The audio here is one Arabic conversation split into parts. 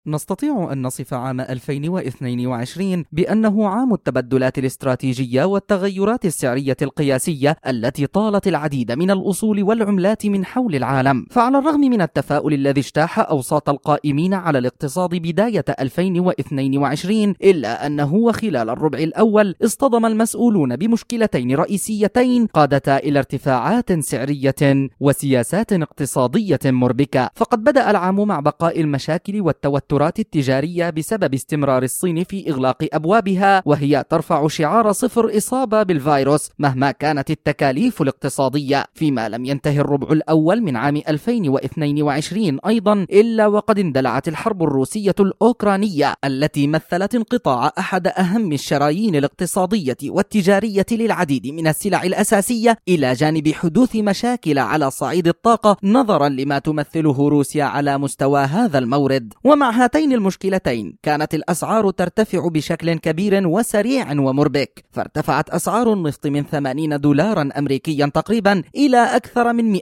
نستطيع أن نصف عام 2022 بأنه عام التبدلات الاستراتيجية والتغيرات السعرية القياسية التي طالت العديد من الأصول والعملات من حول العالم. فعلى الرغم من التفاؤل الذي اجتاح أوساط القائمين على الاقتصاد بداية 2022 إلا أنه وخلال الربع الأول اصطدم المسؤولون بمشكلتين رئيسيتين قادتا إلى ارتفاعات سعرية وسياسات اقتصادية مربكة. فقد بدأ العام مع بقاء المشاكل والتوترات التجارية بسبب استمرار الصين في إغلاق أبوابها، وهي ترفع شعار صفر إصابة بالفيروس مهما كانت التكاليف الاقتصادية. فيما لم ينتهي الربع الأول من عام 2022 أيضا إلا وقد اندلعت الحرب الروسية الأوكرانية التي مثلت انقطاع أحد أهم الشرايين الاقتصادية والتجارية للعديد من السلع الأساسية، إلى جانب حدوث مشاكل على صعيد الطاقة نظرا لما تمثله روسيا على مستوى هذا المورد. ومع هاتين المشكلتين كانت الأسعار ترتفع بشكل كبير وسريع ومربك، فارتفعت أسعار النفط من $80 أمريكيا تقريبا إلى أكثر من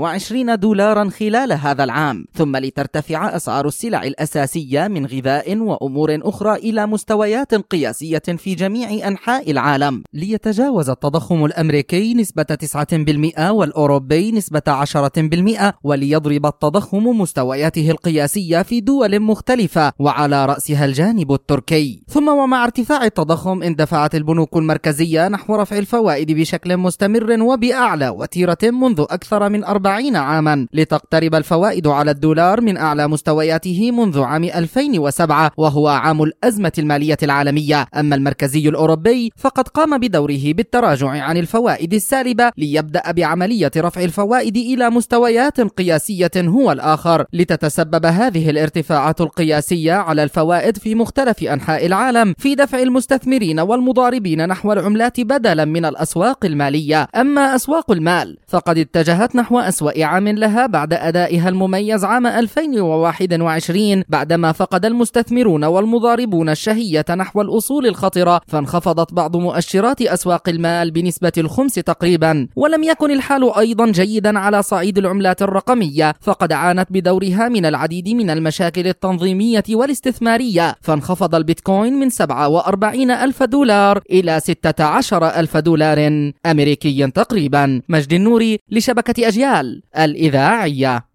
$120 خلال هذا العام، ثم لترتفع أسعار السلع الأساسية من غذاء وأمور أخرى إلى مستويات قياسية في جميع أنحاء العالم، ليتجاوز التضخم الأمريكي نسبة 9% والأوروبي نسبة 10%، وليضرب التضخم مستوياته القياسية في دول مختلفة وعلى رأسها الجانب التركي. ثم ومع ارتفاع التضخم اندفعت البنوك المركزية نحو رفع الفوائد بشكل مستمر وبأعلى وتيرة منذ أكثر من 40 عاما، لتقترب الفوائد على الدولار من أعلى مستوياته منذ عام 2007 وهو عام الأزمة المالية العالمية. أما المركزي الأوروبي فقد قام بدوره بالتراجع عن الفوائد السالبة ليبدأ بعملية رفع الفوائد إلى مستويات قياسية هو الآخر، لتتسبب هذه الارتفاعات القياسية على الفوائد في مختلف أنحاء العالم في دفع المستثمرين والمضاربين نحو العملات بدلا من الأسواق المالية. أما أسواق المال فقد اتجهت نحو أسوأ عام لها بعد أدائها المميز عام 2021، بعدما فقد المستثمرون والمضاربون الشهية نحو الأصول الخطرة، فانخفضت بعض مؤشرات أسواق المال بنسبة 5 تقريبا. ولم يكن الحال أيضا جيدا على صعيد العملات الرقمية، فقد عانت بدورها من العديد من المشاكل التنظيمية والاستثمارية، فانخفض البيتكوين من $47,000 إلى $16,000 أمريكيا تقريبا. مجد النوري لشبكة أجيال الإذاعية.